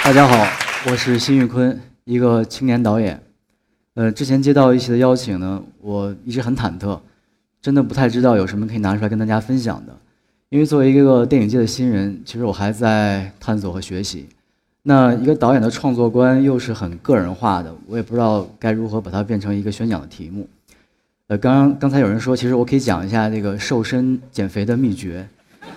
大家好，我是辛玉坤，一个青年导演。之前接到一些的邀请呢，我一直很忐忑，真的不太知道有什么可以拿出来跟大家分享的。因为作为一个电影界的新人，其实我还在探索和学习。那一个导演的创作观又是很个人化的，我也不知道该如何把它变成一个宣讲的题目。刚才有人说，其实我可以讲一下这个瘦身减肥的秘诀。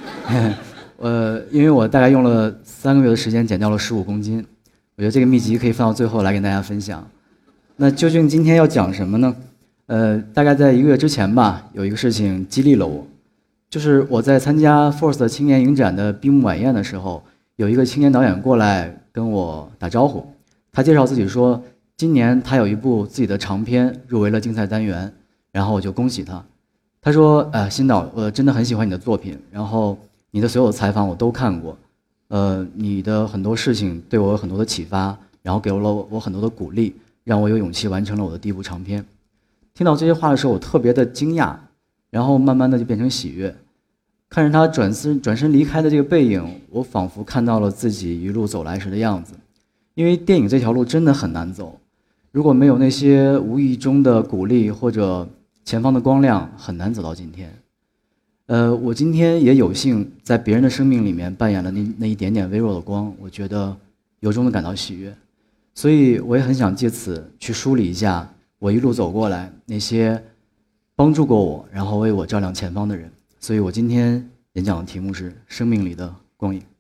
因为我大概用了3个月的时间减掉了15公斤，我觉得这个秘籍可以放到最后来跟大家分享。那究竟今天要讲什么呢？大概在1个月之前吧，有一个事情激励了我，就是我在参加 FORCE 青年影展的闭幕晚宴的时候，有一个青年导演过来跟我打招呼，他介绍自己说，今年他有一部自己的长片入围了竞赛单元，然后我就恭喜他。他说，辛导，我真的很喜欢你的作品，然后你的所有的采访我都看过，你的很多事情对我有很多的启发，然后给了我很多的鼓励，让我有勇气完成了我的第一部长片。听到这些话的时候，我特别的惊讶，然后慢慢的就变成喜悦。看着他转身离开的这个背影，我仿佛看到了自己一路走来时的样子。因为电影这条路真的很难走，如果没有那些无意中的鼓励或者前方的光亮，很难走到今天。我今天也有幸在别人的生命里面扮演了那一点点微弱的光，我觉得由衷的感到喜悦。所以我也很想借此去梳理一下我一路走过来那些帮助过我，然后为我照亮前方的人。所以我今天演讲的题目是生命里的光影。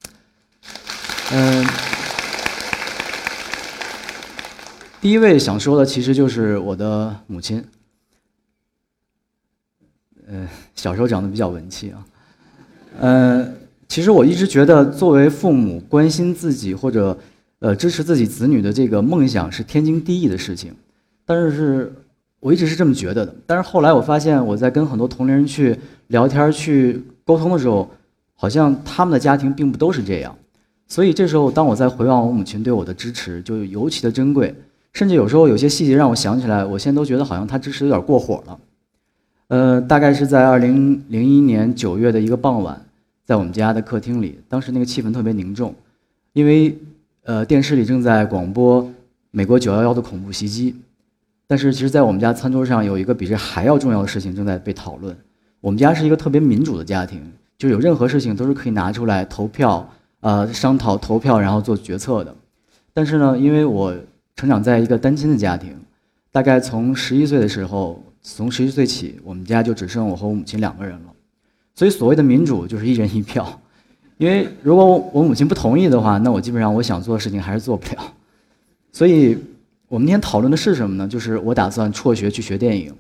第一位想说的其实就是我的母亲。小时候长得比较文气啊。其实我一直觉得作为父母关心自己或者支持自己子女的这个梦想是天经地义的事情，但是我一直是这么觉得的。但是后来我发现我在跟很多同龄人去聊天去沟通的时候，好像他们的家庭并不都是这样。所以这时候当我在回望我母亲对我的支持，就尤其的珍贵，甚至有时候有些细节让我想起来，我现在都觉得好像她支持有点过火了。大概是在2001年9月的一个傍晚，在我们家的客厅里，当时那个气氛特别凝重，因为电视里正在广播美国911的恐怖袭击，但是其实在我们家餐桌上有一个比这还要重要的事情正在被讨论。我们家是一个特别民主的家庭，就有任何事情都是可以拿出来投票，商讨投票然后做决策的。但是呢，因为我成长在一个单亲的家庭，大概从11岁的时候，从11岁起，我们家就只剩我和我母亲2个人了。所以所谓的民主就是1人1票，因为如果我母亲不同意的话，那我基本上我想做的事情还是做不了。所以我们今天讨论的是什么呢？就是我打算辍学去学电影。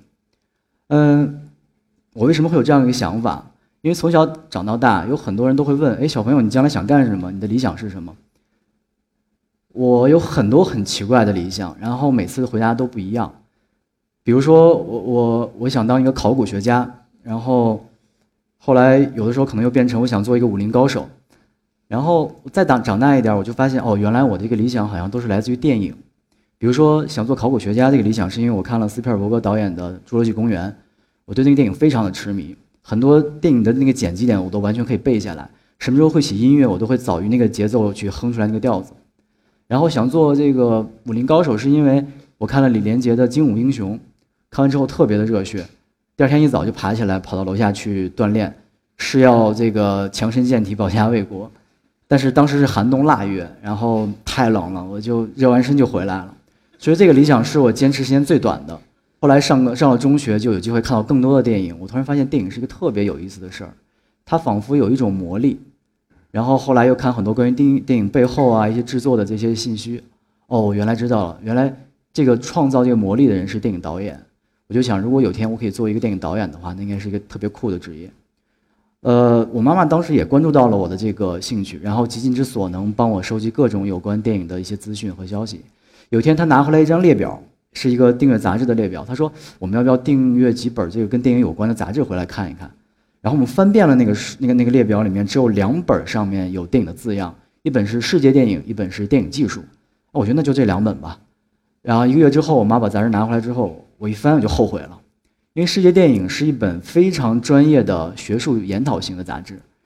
我为什么会有这样一个想法？因为从小长到大，有很多人都会问，小朋友，你将来想干什么？你的理想是什么？我有很多很奇怪的理想，然后每次的回答都不一样。比如说我想当一个考古学家，然后后来有的时候可能又变成我想做一个武林高手，然后再长大一点，我就发现原来我的一个理想好像都是来自于电影。比如说想做考古学家这个理想是因为我看了斯皮尔伯格导演的《侏罗纪公园》，我对那个电影非常的痴迷，很多电影的那个剪辑点我都完全可以背下来，什么时候会起音乐我都会早于那个节奏去哼出来那个调子。然后想做这个武林高手是因为我看了李连杰的《精武英雄》，看完之后特别的热血，第二天一早就爬起来跑到楼下去锻炼，是要这个强身健体保家卫国。但是当时是寒冬腊月，然后太冷了，我就热完身就回来了。所以这个理想是我坚持时间最短的。后来上了中学就有机会看到更多的电影，我突然发现电影是一个特别有意思的事儿，它仿佛有一种魔力。然后后来又看很多关于电影背后一些制作的这些信息，原来知道了，原来这个创造这个魔力的人是电影导演。我就想，如果有天我可以做一个电影导演的话，那应该是一个特别酷的职业。我妈妈当时也关注到了我的这个兴趣，然后极尽之所能帮我收集各种有关电影的一些资讯和消息。有一天她拿回来一张列表，是一个订阅杂志的列表，她说我们要不要订阅几本这个跟电影有关的杂志回来看一看。然后我们翻遍了那个列表，里面只有2本上面有电影的字样，一本是世界电影，一本是电影技术。我觉得那就这2本吧。然后1个月之后，我妈把杂志拿回来之后，我一翻我就后悔了，因为世界电影是一本非常专业的学术研讨型的杂志，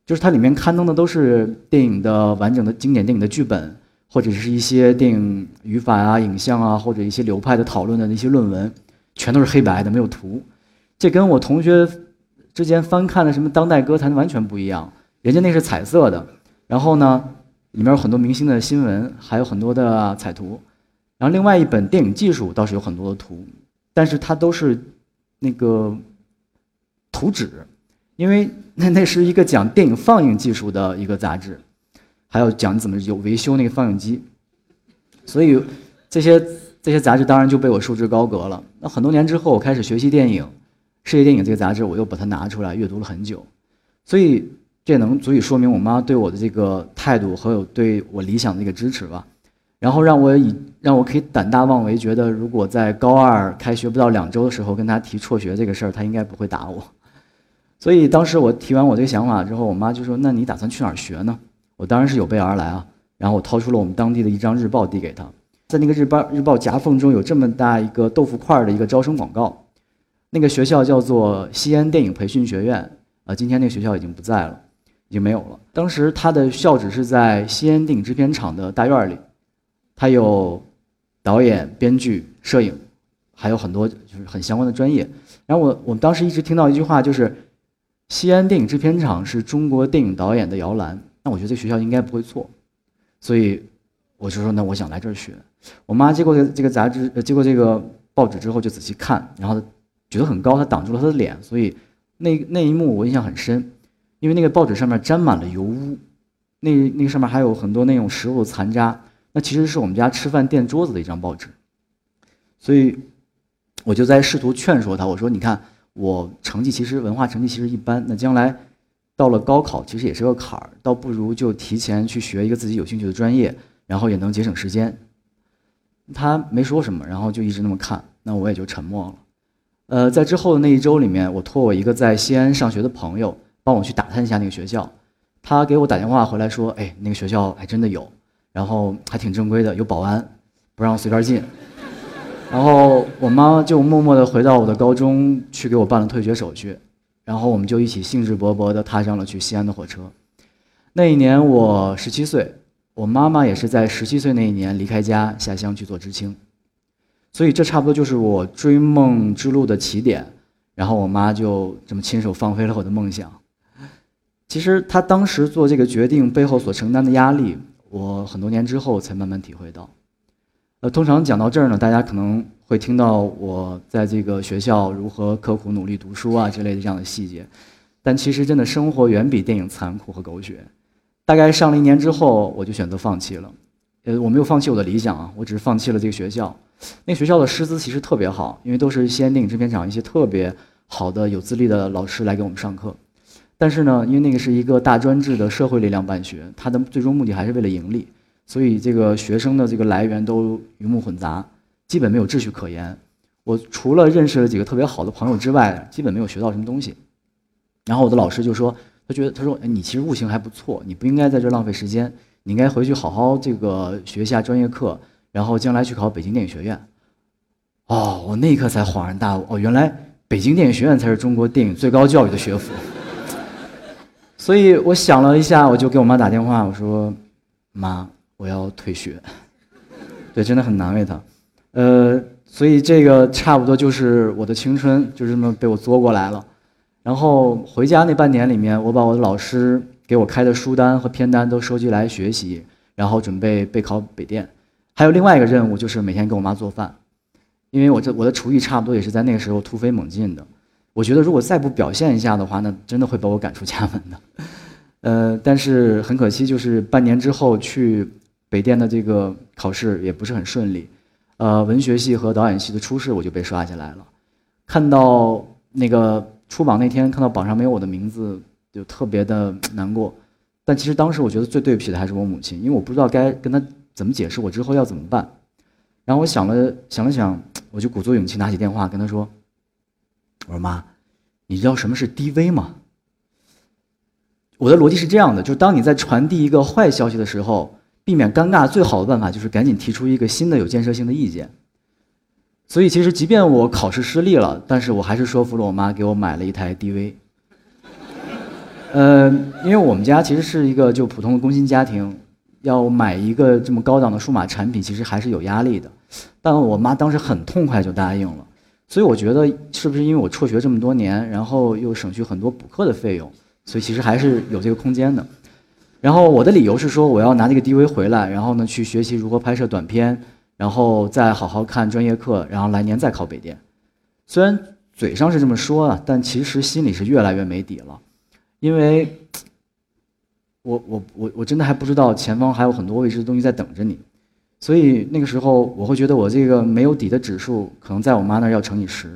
就是它里面刊登的都是电影的完整的经典电影的剧本，或者是一些电影语法啊、影像啊，或者一些流派的讨论的那些论文，全都是黑白的，没有图。这跟我同学之前翻看的什么当代歌坛完全不一样，人家那是彩色的，然后呢，里面有很多明星的新闻，还有很多的彩图。然后另外一本电影技术倒是有很多的图，但是它都是那个图纸，因为那是一个讲电影放映技术的一个杂志，还有讲怎么有维修那个放映机，所以这些杂志当然就被我束之高阁了。那很多年之后，我开始学习电影，世界电影这个杂志我又把它拿出来阅读了很久，所以这也能足以说明我妈对我的这个态度和有对我理想的一个支持吧。然后让我可以胆大妄为，觉得如果在高2开学不到2周的时候跟她提辍学这个事儿，她应该不会打我。所以当时我提完我这个想法之后，我妈就说：“那你打算去哪儿学呢？”我当然是有备而来啊。然后我掏出了我们当地的一张日报递给她，在那个日报夹缝中有这么大一个豆腐块的一个招生广告，那个学校叫做西安电影培训学院，今天那个学校已经不在了，已经没有了。当时它的校址是在西安电影制片厂的大院里。它有导演、编剧、摄影，还有很多就是很相关的专业。然后我们当时一直听到一句话，就是西安电影制片厂是中国电影导演的摇篮。那我觉得这学校应该不会错，所以我就说那我想来这儿学。我妈接过这个杂志，接过这个报纸之后就仔细看，然后觉得很高，它挡住了她的脸，所以那一幕我印象很深，因为那个报纸上面沾满了油污，那个上面还有很多那种食物残渣。那其实是我们家吃饭垫桌子的一张报纸，所以我就在试图劝说他，我说：“你看，我文化成绩其实一般，那将来到了高考其实也是个坎儿，倒不如就提前去学一个自己有兴趣的专业，然后也能节省时间。”他没说什么，然后就一直那么看，那我也就沉默了。在之后的那一周里面，我托我一个在西安上学的朋友帮我去打探一下那个学校，他给我打电话回来说：“哎，那个学校还真的有。”然后还挺正规的，有保安，不让我随便进。然后我妈就默默地回到我的高中去给我办了退学手续，然后我们就一起兴致勃勃地踏上了去西安的火车。那一年我17岁，我妈妈也是在17岁那一年离开家下乡去做知青，所以这差不多就是我追梦之路的起点。然后我妈就这么亲手放飞了我的梦想。其实她当时做这个决定背后所承担的压力，我很多年之后才慢慢体会到。通常讲到这儿呢，大家可能会听到我在这个学校如何刻苦努力读书啊之类的这样的细节，但其实真的生活远比电影残酷和狗血。大概上了1年之后，我就选择放弃了。我没有放弃我的理想啊，我只是放弃了这个学校。那个学校的师资其实特别好，因为都是西安电影制片厂一些特别好的有资历的老师来给我们上课。但是呢，因为那个是一个大专制的社会力量办学，它的最终目的还是为了盈利，所以这个学生的这个来源都鱼目混杂，基本没有秩序可言。我除了认识了几个特别好的朋友之外，基本没有学到什么东西。然后我的老师就说，他说，哎，你其实悟性还不错，你不应该在这浪费时间，你应该回去好好这个学一下专业课，然后将来去考北京电影学院。哦，我那一刻才恍然大悟，哦，原来北京电影学院才是中国电影最高教育的学府。所以我想了一下，我就给我妈打电话，我说：“妈，我要退学。”对，真的很难为她。所以这个差不多就是我的青春，就这么被我作过来了。然后回家那半年里面，我把我的老师给我开的书单和片单都收集来学习，然后准备备考北电。还有另外一个任务就是每天给我妈做饭，因为我的厨艺差不多也是在那个时候突飞猛进的。我觉得如果再不表现一下的话，那真的会把我赶出家门的。但是很可惜，就是半年之后去北电的这个考试也不是很顺利。文学系和导演系的初试我就被刷下来了。看到那个出榜那天，看到榜上没有我的名字，就特别的难过。但其实当时我觉得最对不起的还是我母亲，因为我不知道该跟她怎么解释我之后要怎么办。然后我想了想，我就鼓足勇气拿起电话跟她说。我说妈，你知道什么是 DV 吗？我的逻辑是这样的，就是当你在传递一个坏消息的时候，避免尴尬最好的办法就是赶紧提出一个新的有建设性的意见。所以其实即便我考试失利了，但是我还是说服了我妈给我买了一台 DV。 呃，因为我们家其实是一个就普通的工薪家庭，要买一个这么高档的数码产品，其实还是有压力的。但我妈当时很痛快就答应了，所以我觉得是不是因为我辍学这么多年，然后又省去很多补课的费用，所以其实还是有这个空间的。然后我的理由是说，我要拿这个 DV 回来，然后呢去学习如何拍摄短片，然后再好好看专业课，然后来年再考北电。虽然嘴上是这么说啊，但其实心里是越来越没底了，因为我真的还不知道前方还有很多未知的东西在等着你，所以那个时候我会觉得我这个没有底的指数可能在我妈那儿要乘以10。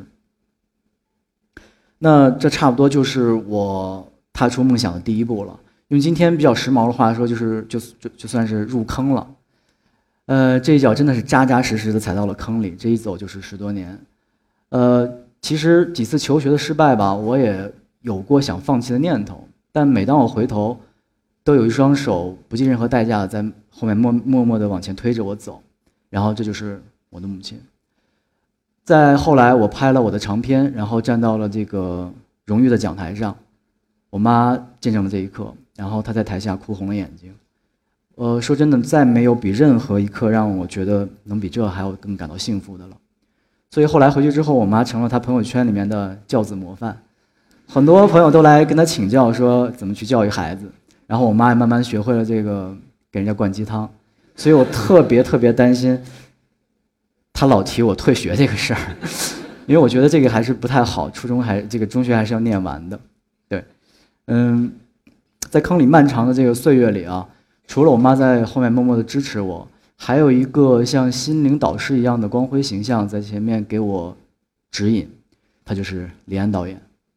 那这差不多就是我踏出梦想的第一步了。用今天比较时髦的话说，就算是入坑了。这一脚真的是扎扎实实的踩到了坑里，这一走就是10多年。其实几次求学的失败吧，我也有过想放弃的念头，但每当我回头，都有一双手不计任何代价的在后面默默的往前推着我走，然后这就是我的母亲。再后来，我拍了我的长片，然后站到了这个荣誉的讲台上，我妈见证了这一刻，然后她在台下哭红了眼睛。说真的，再没有比任何一刻让我觉得能比这还要更感到幸福的了。所以后来回去之后，我妈成了她朋友圈里面的教子模范，很多朋友都来跟她请教说怎么去教育孩子，然后我妈也慢慢学会了这个给人家灌鸡汤，所以我特别担心她老提我退学这个事儿，因为我觉得这个还是不太好，初中这个中学还是要念完的。对，在坑里漫长的这个岁月里啊，除了我妈在后面默默的支持我，还有一个像心灵导师一样的光辉形象在前面给我指引，他就是李安导演。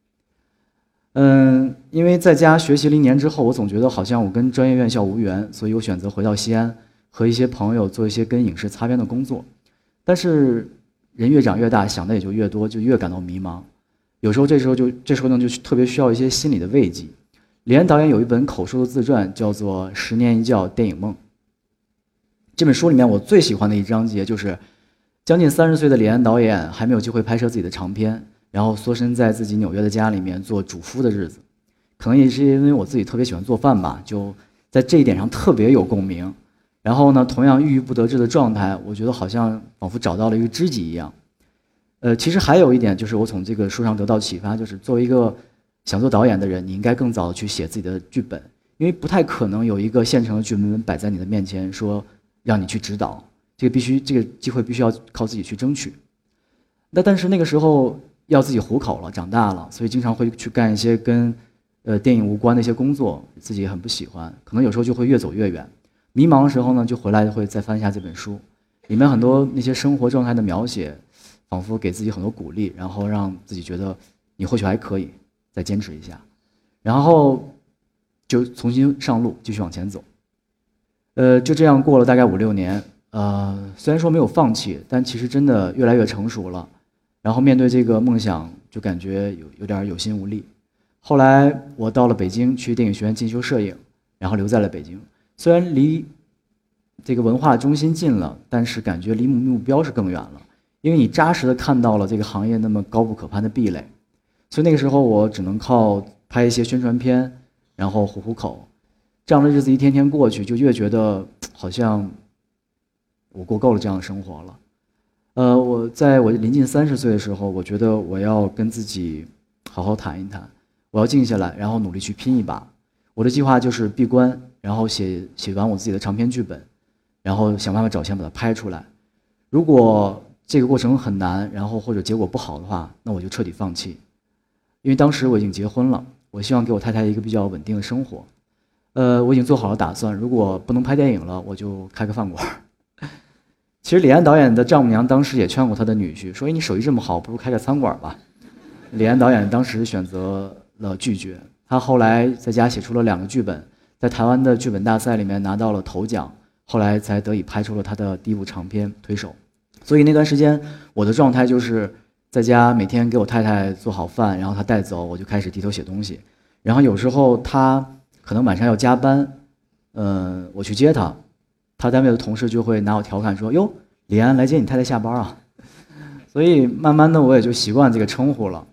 因为在家学习了1年之后，我总觉得好像我跟专业院校无缘，所以我选择回到西安，和一些朋友做一些跟影视擦边的工作。但是人越长越大，想的也就越多，就越感到迷茫。有时候这时候呢，就特别需要一些心理的慰藉。李安导演有一本口述的自传，叫做《10年一觉电影梦》。这本书里面我最喜欢的一章节就是将近30岁的李安导演还没有机会拍摄自己的长片，然后缩身在自己纽约的家里面做主夫的日子。可能也是因为我自己特别喜欢做饭吧，就在这一点上特别有共鸣。然后呢，同样郁郁不得志的状态，我觉得好像仿佛找到了一个知己一样。其实还有一点就是我从这个书上得到启发，就是作为一个想做导演的人，你应该更早的去写自己的剧本，因为不太可能有一个现成的剧本摆在你的面前，说让你去指导，这个机会必须要靠自己去争取。但是那个时候要自己糊口了，长大了，所以经常会去干一些跟电影无关的一些工作，自己也很不喜欢，可能有时候就会越走越远。迷茫的时候呢，就回来会再翻一下这本书，里面很多那些生活状态的描写，仿佛给自己很多鼓励，然后让自己觉得你或许还可以再坚持一下，然后就重新上路，继续往前走。就这样过了大概5、6年，虽然说没有放弃，但其实真的越来越成熟了。然后面对这个梦想，就感觉有点有心无力。后来我到了北京，去电影学院进修摄影，然后留在了北京。虽然离这个文化中心近了，但是感觉离目标是更远了，因为你扎实的看到了这个行业那么高不可攀的壁垒。所以那个时候我只能靠拍一些宣传片，然后糊口。这样的日子一天天过去，就越觉得好像我过够了这样的生活了。我在我临近30岁的时候，我觉得我要跟自己好好谈一谈，我要静下来，然后努力去拼一把。我的计划就是闭关，然后写完我自己的长篇剧本，然后想办法找钱把它拍出来。如果这个过程很难，然后或者结果不好的话，那我就彻底放弃。因为当时我已经结婚了，我希望给我太太一个比较稳定的生活。我已经做好了打算，如果不能拍电影了，我就开个饭馆。其实李安导演的丈母娘当时也劝过他的女婿，说：“你手艺这么好，不如开个餐馆吧。”李安导演当时选择了拒绝。他后来在家写出了2个剧本，在台湾的剧本大赛里面拿到了头奖，后来才得以拍出了他的第1部长片《推手》。所以那段时间我的状态就是在家每天给我太太做好饭，然后她带走，我就开始低头写东西。然后有时候她可能晚上要加班，我去接她，她单位的同事就会拿我调侃说：“哟，李安来接你太太下班啊。”所以慢慢的我也就习惯这个称呼了。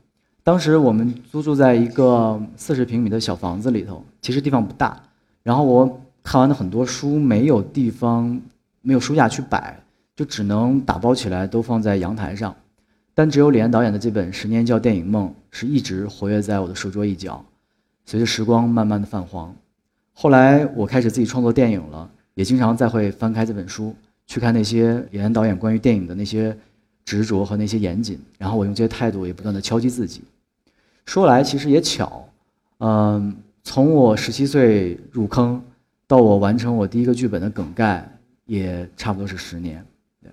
当时我们租住在一个40平米的小房子里头，其实地方不大。然后我看完的很多书没有地方，没有书架去摆，就只能打包起来都放在阳台上。但只有李安导演的这本《10年教电影梦》是一直活跃在我的书桌一角，随着时光慢慢的泛黄。后来我开始自己创作电影了，也经常再会翻开这本书，去看那些李安导演关于电影的那些执着和那些严谨，然后我用这些态度也不断的敲击自己。说来其实也巧，从我17岁入坑到我完成我第一个剧本的梗概，也差不多是10年。对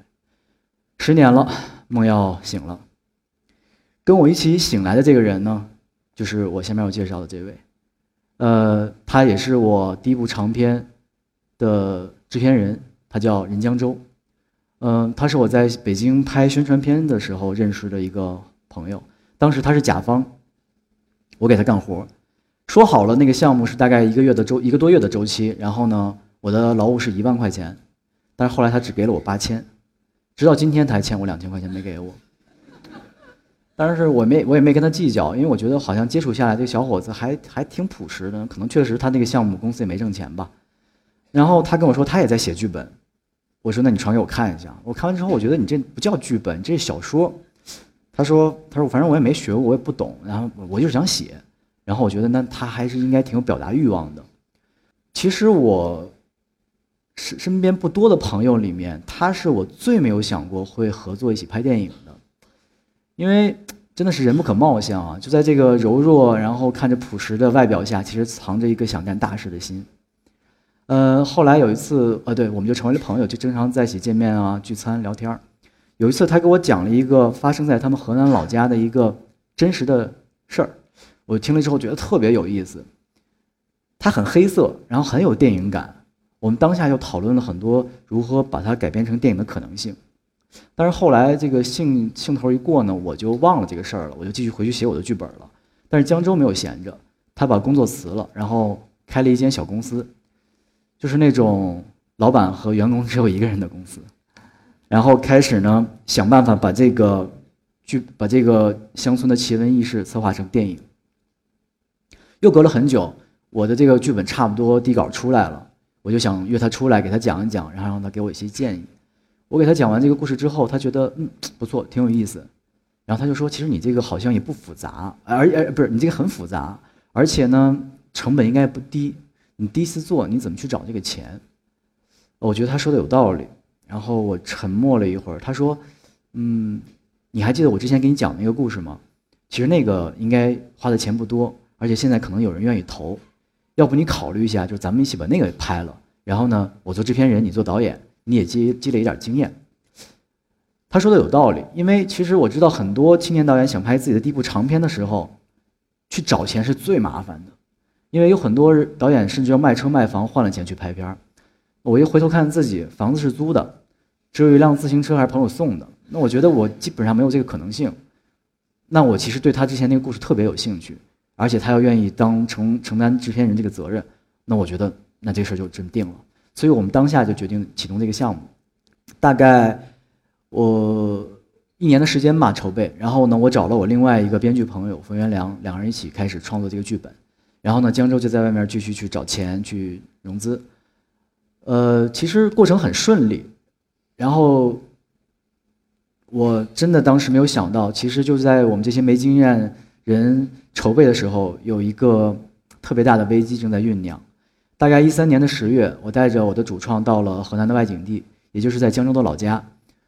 ，10年了，梦要醒了。跟我一起醒来的这个人呢，就是我下面要介绍的这位。他也是我第一部长片的制片人，他叫任江洲。他是我在北京拍宣传片的时候认识的一个朋友，当时他是甲方，我给他干活，说好了那个项目是大概一个多月的周期，然后呢，我的劳务是1万块钱，但是后来他只给了我8000，直到今天他还欠我2000块钱没给我。但是我也没跟他计较，因为我觉得好像接触下来这个小伙子还挺朴实的，可能确实他那个项目公司也没挣钱吧。然后他跟我说他也在写剧本，我说那你传给我看一下。我看完之后我觉得你这不叫剧本，这是小说。他说反正我也没学过，我也不懂，然后我就是想写。然后我觉得那他还是应该挺有表达欲望的。其实我身边不多的朋友里面，他是我最没有想过会合作一起拍电影的。因为真的是人不可貌相啊！就在这个柔弱，然后看着朴实的外表下，其实藏着一个想干大事的心。后来有一次，对，我们就成为了朋友，就经常在一起见面啊、聚餐、聊天。有一次，他给我讲了一个发生在他们河南老家的一个真实的事儿，我听了之后觉得特别有意思。它很黑色，然后很有电影感。我们当下就讨论了很多如何把它改编成电影的可能性。但是后来这个兴头一过呢，我就忘了这个事儿了，我就继续回去写我的剧本了。但是江州没有闲着，他把工作辞了，然后开了一间小公司，就是那种老板和员工只有一个人的公司。然后开始呢想办法把这个乡村的奇闻异事策划成电影。又隔了很久，我的这个剧本差不多底稿出来了，我就想约他出来给他讲一讲，然后让他给我一些建议。我给他讲完这个故事之后，他觉得不错，挺有意思。然后他就说，其实你这个好像也不复杂，不是你这个很复杂，而且呢成本应该不低。你第一次做，你怎么去找这个钱？我觉得他说的有道理。然后我沉默了一会儿，他说，你还记得我之前给你讲那个故事吗？其实那个应该花的钱不多，而且现在可能有人愿意投，要不你考虑一下，就咱们一起把那个拍了。然后呢，我做制片人，你做导演。你也积累一点经验。他说的有道理，因为其实我知道很多青年导演想拍自己的第一部长片的时候，去找钱是最麻烦的，因为有很多导演甚至要卖车卖房换了钱去拍片。我一回头看自己，房子是租的，只有一辆自行车还是朋友送的，那我觉得我基本上没有这个可能性。那我其实对他之前那个故事特别有兴趣，而且他要愿意承担制片人这个责任，那我觉得那这事儿就真定了。所以我们当下就决定启动这个项目，大概我1年的时间吧筹备。然后呢，我找了我另外一个编剧朋友冯元良，两个人一起开始创作这个剧本。然后呢，江州就在外面继续去找钱去融资。其实过程很顺利。然后我真的当时没有想到，其实就在我们这些没经验人筹备的时候，有一个特别大的危机正在酝酿。大概13年的10月，我带着我的主创到了河南的外景地，也就是在江州的老家。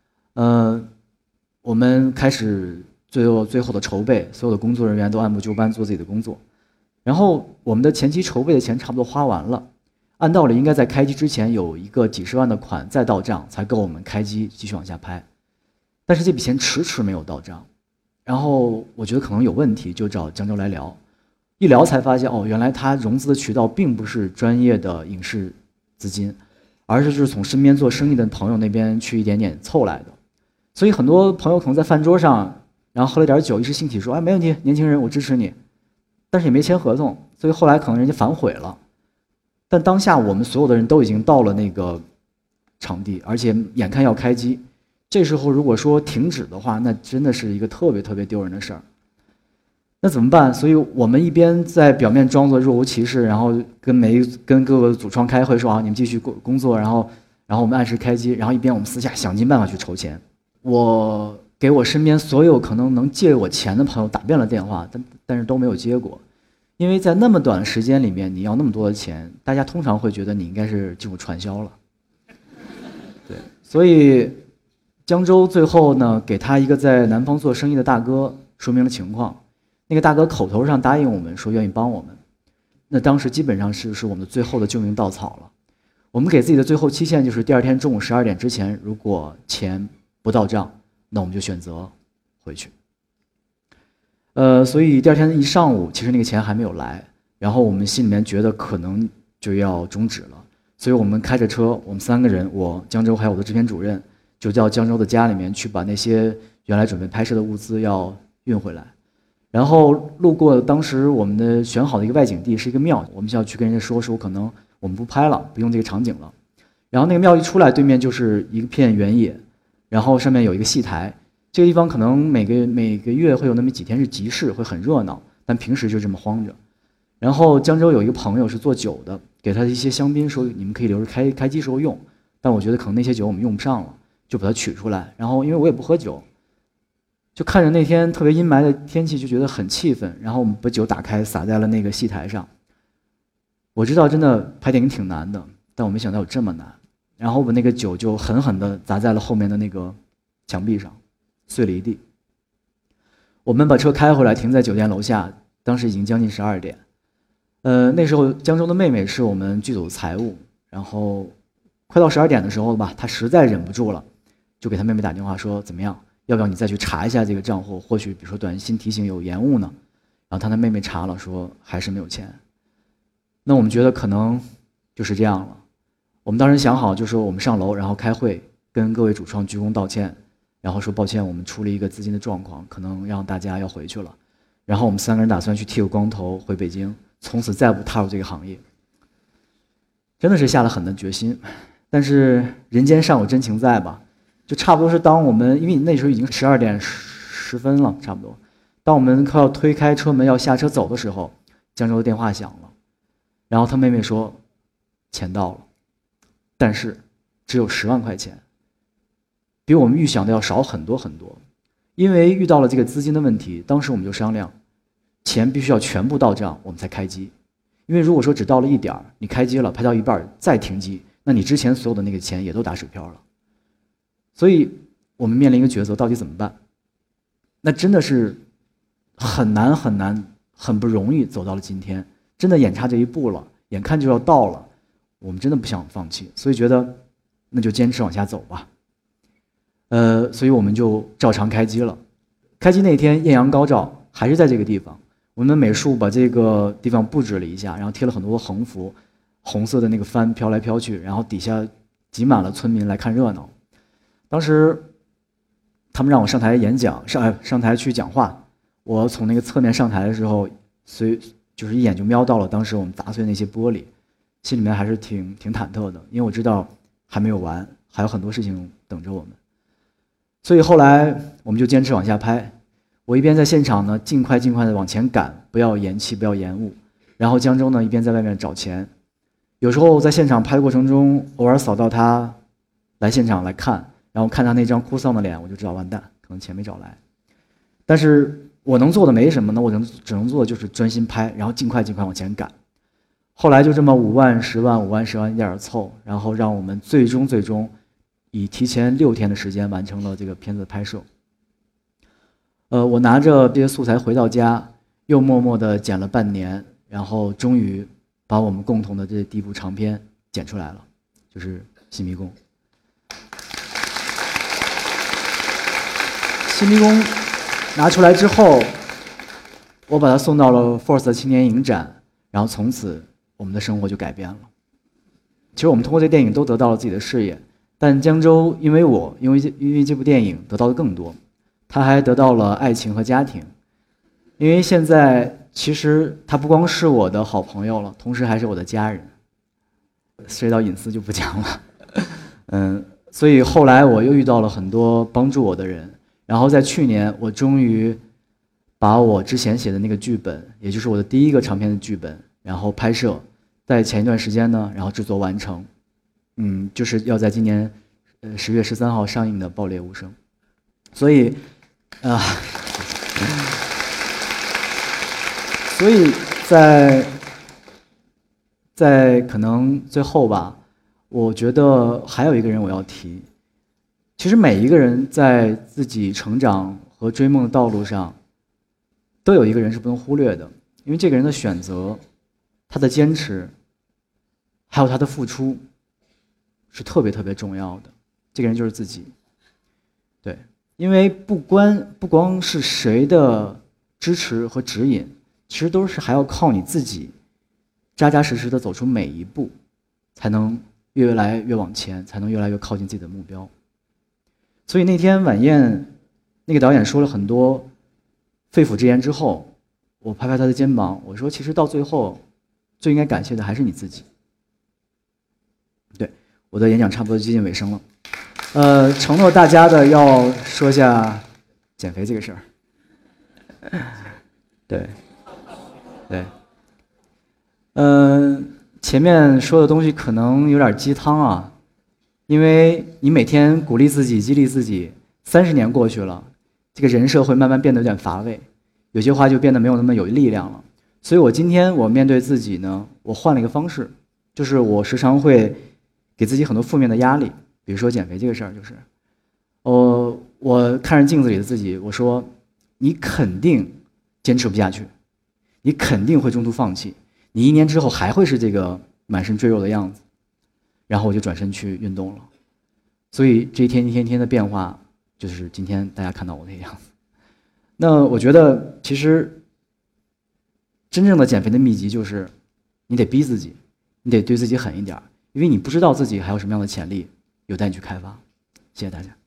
我们开始最后的筹备，所有的工作人员都按部就班做自己的工作。然后我们的前期筹备的钱差不多花完了，按道理应该在开机之前有一个几十万的款再到账，才够我们开机继续往下拍。但是这笔钱迟迟没有到账，然后我觉得可能有问题，就找江州来聊。一聊才发现，原来他融资的渠道并不是专业的影视资金，而是就是从身边做生意的朋友那边去一点点凑来的。所以很多朋友可能在饭桌上，然后喝了点酒，一时兴起说：“哎，没问题，年轻人，我支持你。”但是也没签合同，所以后来可能人家反悔了。但当下我们所有的人都已经到了那个场地，而且眼看要开机，这时候如果说停止的话，那真的是一个特别特别丢人的事儿。 那怎么办？所以我们一边在表面装作若无其事，然后跟各个组创开会说啊，你们继续工作，然后我们按时开机，然后一边我们私下想尽办法去筹钱。我给我身边所有可能能借我钱的朋友打遍了电话，但是都没有接过，因为在那么短的时间里面，你要那么多的钱，大家通常会觉得你应该是进入传销了。对，所以江州最后呢，给他一个在南方做生意的大哥说明了情况。那个大哥口头上答应我们说愿意帮我们，那当时基本上是我们的最后的救命稻草了。我们给自己的最后期限就是第二天中午12点之前，如果钱不到账，那我们就选择回去。所以第二天一上午，其实那个钱还没有来，然后我们心里面觉得可能就要终止了，所以我们开着车，我们3个人，我江州还有我的制片主任，就到江州的家里面去把那些原来准备拍摄的物资要运回来。然后路过当时我们的选好的一个外景地，是一个庙，我们就要去跟人家说可能我们不拍了，不用这个场景了。然后那个庙一出来，对面就是一片原野，然后上面有一个戏台。这个地方可能每个月会有那么几天是集市，会很热闹，但平时就这么荒着。然后江州有一个朋友是做酒的，给他一些香槟，说你们可以留着开机时候用。但我觉得可能那些酒我们用不上了，就把它取出来。然后因为我也不喝酒，就看着那天特别阴霾的天气，就觉得很气愤。然后我们把酒打开，洒在了那个戏台上。我知道真的拍电影挺难的，但我没想到有这么难。然后我把那个酒就狠狠地砸在了后面的那个墙壁上，碎了一地。我们把车开回来，停在酒店楼下，当时已经将近12点。那时候江州的妹妹是我们剧组的财务，然后快到12点的时候吧，她实在忍不住了，就给她妹妹打电话说怎么样，要不要你再去查一下这个账户，或许比如说短信提醒有延误呢？然后她的妹妹查了，说还是没有钱。那我们觉得可能就是这样了。我们当时想好，就说我们上楼，然后开会，跟各位主创鞠躬道歉，然后说抱歉，我们出了一个资金的状况，可能让大家要回去了。然后我们3个人打算去剃个光头回北京，从此再不踏入这个行业。真的是下了狠的决心，但是人间尚有真情在吧？就差不多是当我们，因为那时候已经12点10分了，差不多。当我们快要推开车门要下车走的时候，江州的电话响了，然后他妹妹说，钱到了，但是只有10万块钱，比我们预想的要少很多很多。因为遇到了这个资金的问题，当时我们就商量，钱必须要全部到账，我们才开机。因为如果说只到了一点儿，你开机了，拍到一半再停机，那你之前所有的那个钱也都打水漂了。所以我们面临一个抉择，到底怎么办？那真的是很难很难，很不容易走到了今天，真的眼差这一步了，眼看就要到了，我们真的不想放弃，所以觉得那就坚持往下走吧。所以我们就照常开机了。开机那天艳阳高照，还是在这个地方。我们美术把这个地方布置了一下，然后贴了很多横幅，红色的那个帆飘来飘去，然后底下挤满了村民来看热闹。当时他们让我上台演讲，上台去讲话。我从那个侧面上台的时候，就是一眼就瞄到了当时我们砸碎那些玻璃，心里面还是挺忐忑的，因为我知道还没有完，还有很多事情等着我们。所以后来我们就坚持往下拍。我一边在现场呢，尽快的往前赶，不要延期，不要延误。然后江州呢，一边在外面找钱。有时候在现场拍的过程中，偶尔扫到他来现场来看，然后看他那张哭丧的脸，我就知道完蛋，可能钱没找来。但是我能做的没什么呢，我只能做的就是专心拍，然后尽快往前赶。后来就这么5万、10万、5万、10万一点凑，然后让我们最终以提前6天的时间完成了这个片子的拍摄。我拿着这些素材回到家，又默默地剪了半年，然后终于把我们共同的这第一部长片剪出来了，就是《新迷宫》。新迷宫拿出来之后，我把它送到了 Force 的青年影展，然后从此我们的生活就改变了。其实我们通过这电影都得到了自己的事业，但江州因为这部电影得到的更多，他还得到了爱情和家庭。因为现在其实他不光是我的好朋友了，同时还是我的家人。涉及到隐私就不讲了。所以后来我又遇到了很多帮助我的人，然后在去年我终于把我之前写的那个剧本，也就是我的第一个长篇的剧本，然后拍摄，在前一段时间呢，然后制作完成，就是要在今年10月13号上映的《爆裂无声》，所以所以在可能最后吧，我觉得还有一个人我要提。其实每一个人在自己成长和追梦的道路上，都有一个人是不能忽略的，因为这个人的选择、他的坚持，还有他的付出，是特别特别重要的。这个人就是自己。对，因为不光是谁的支持和指引，其实都是还要靠你自己，扎扎实实的走出每一步，才能越来越往前，才能越来越靠近自己的目标。所以那天晚宴，那个导演说了很多肺腑之言之后，我拍拍他的肩膀，我说：“其实到最后，最应该感谢的还是你自己。”对，我的演讲差不多接近尾声了。承诺大家的要说一下减肥这个事儿。对，前面说的东西可能有点鸡汤啊。因为你每天鼓励自己、激励自己，30年过去了，这个人设会慢慢变得有点乏味，有些话就变得没有那么有力量了。所以我今天面对自己呢，我换了一个方式，就是我时常会给自己很多负面的压力，比如说减肥这个事儿，就是，我看着镜子里的自己，我说，你肯定坚持不下去，你肯定会中途放弃，你1年之后还会是这个满身赘肉的样子。然后我就转身去运动了，所以这一天的变化，就是今天大家看到我那个样子。那我觉得，其实真正的减肥的秘籍就是，你得逼自己，你得对自己狠一点，因为你不知道自己还有什么样的潜力有待你去开发。谢谢大家。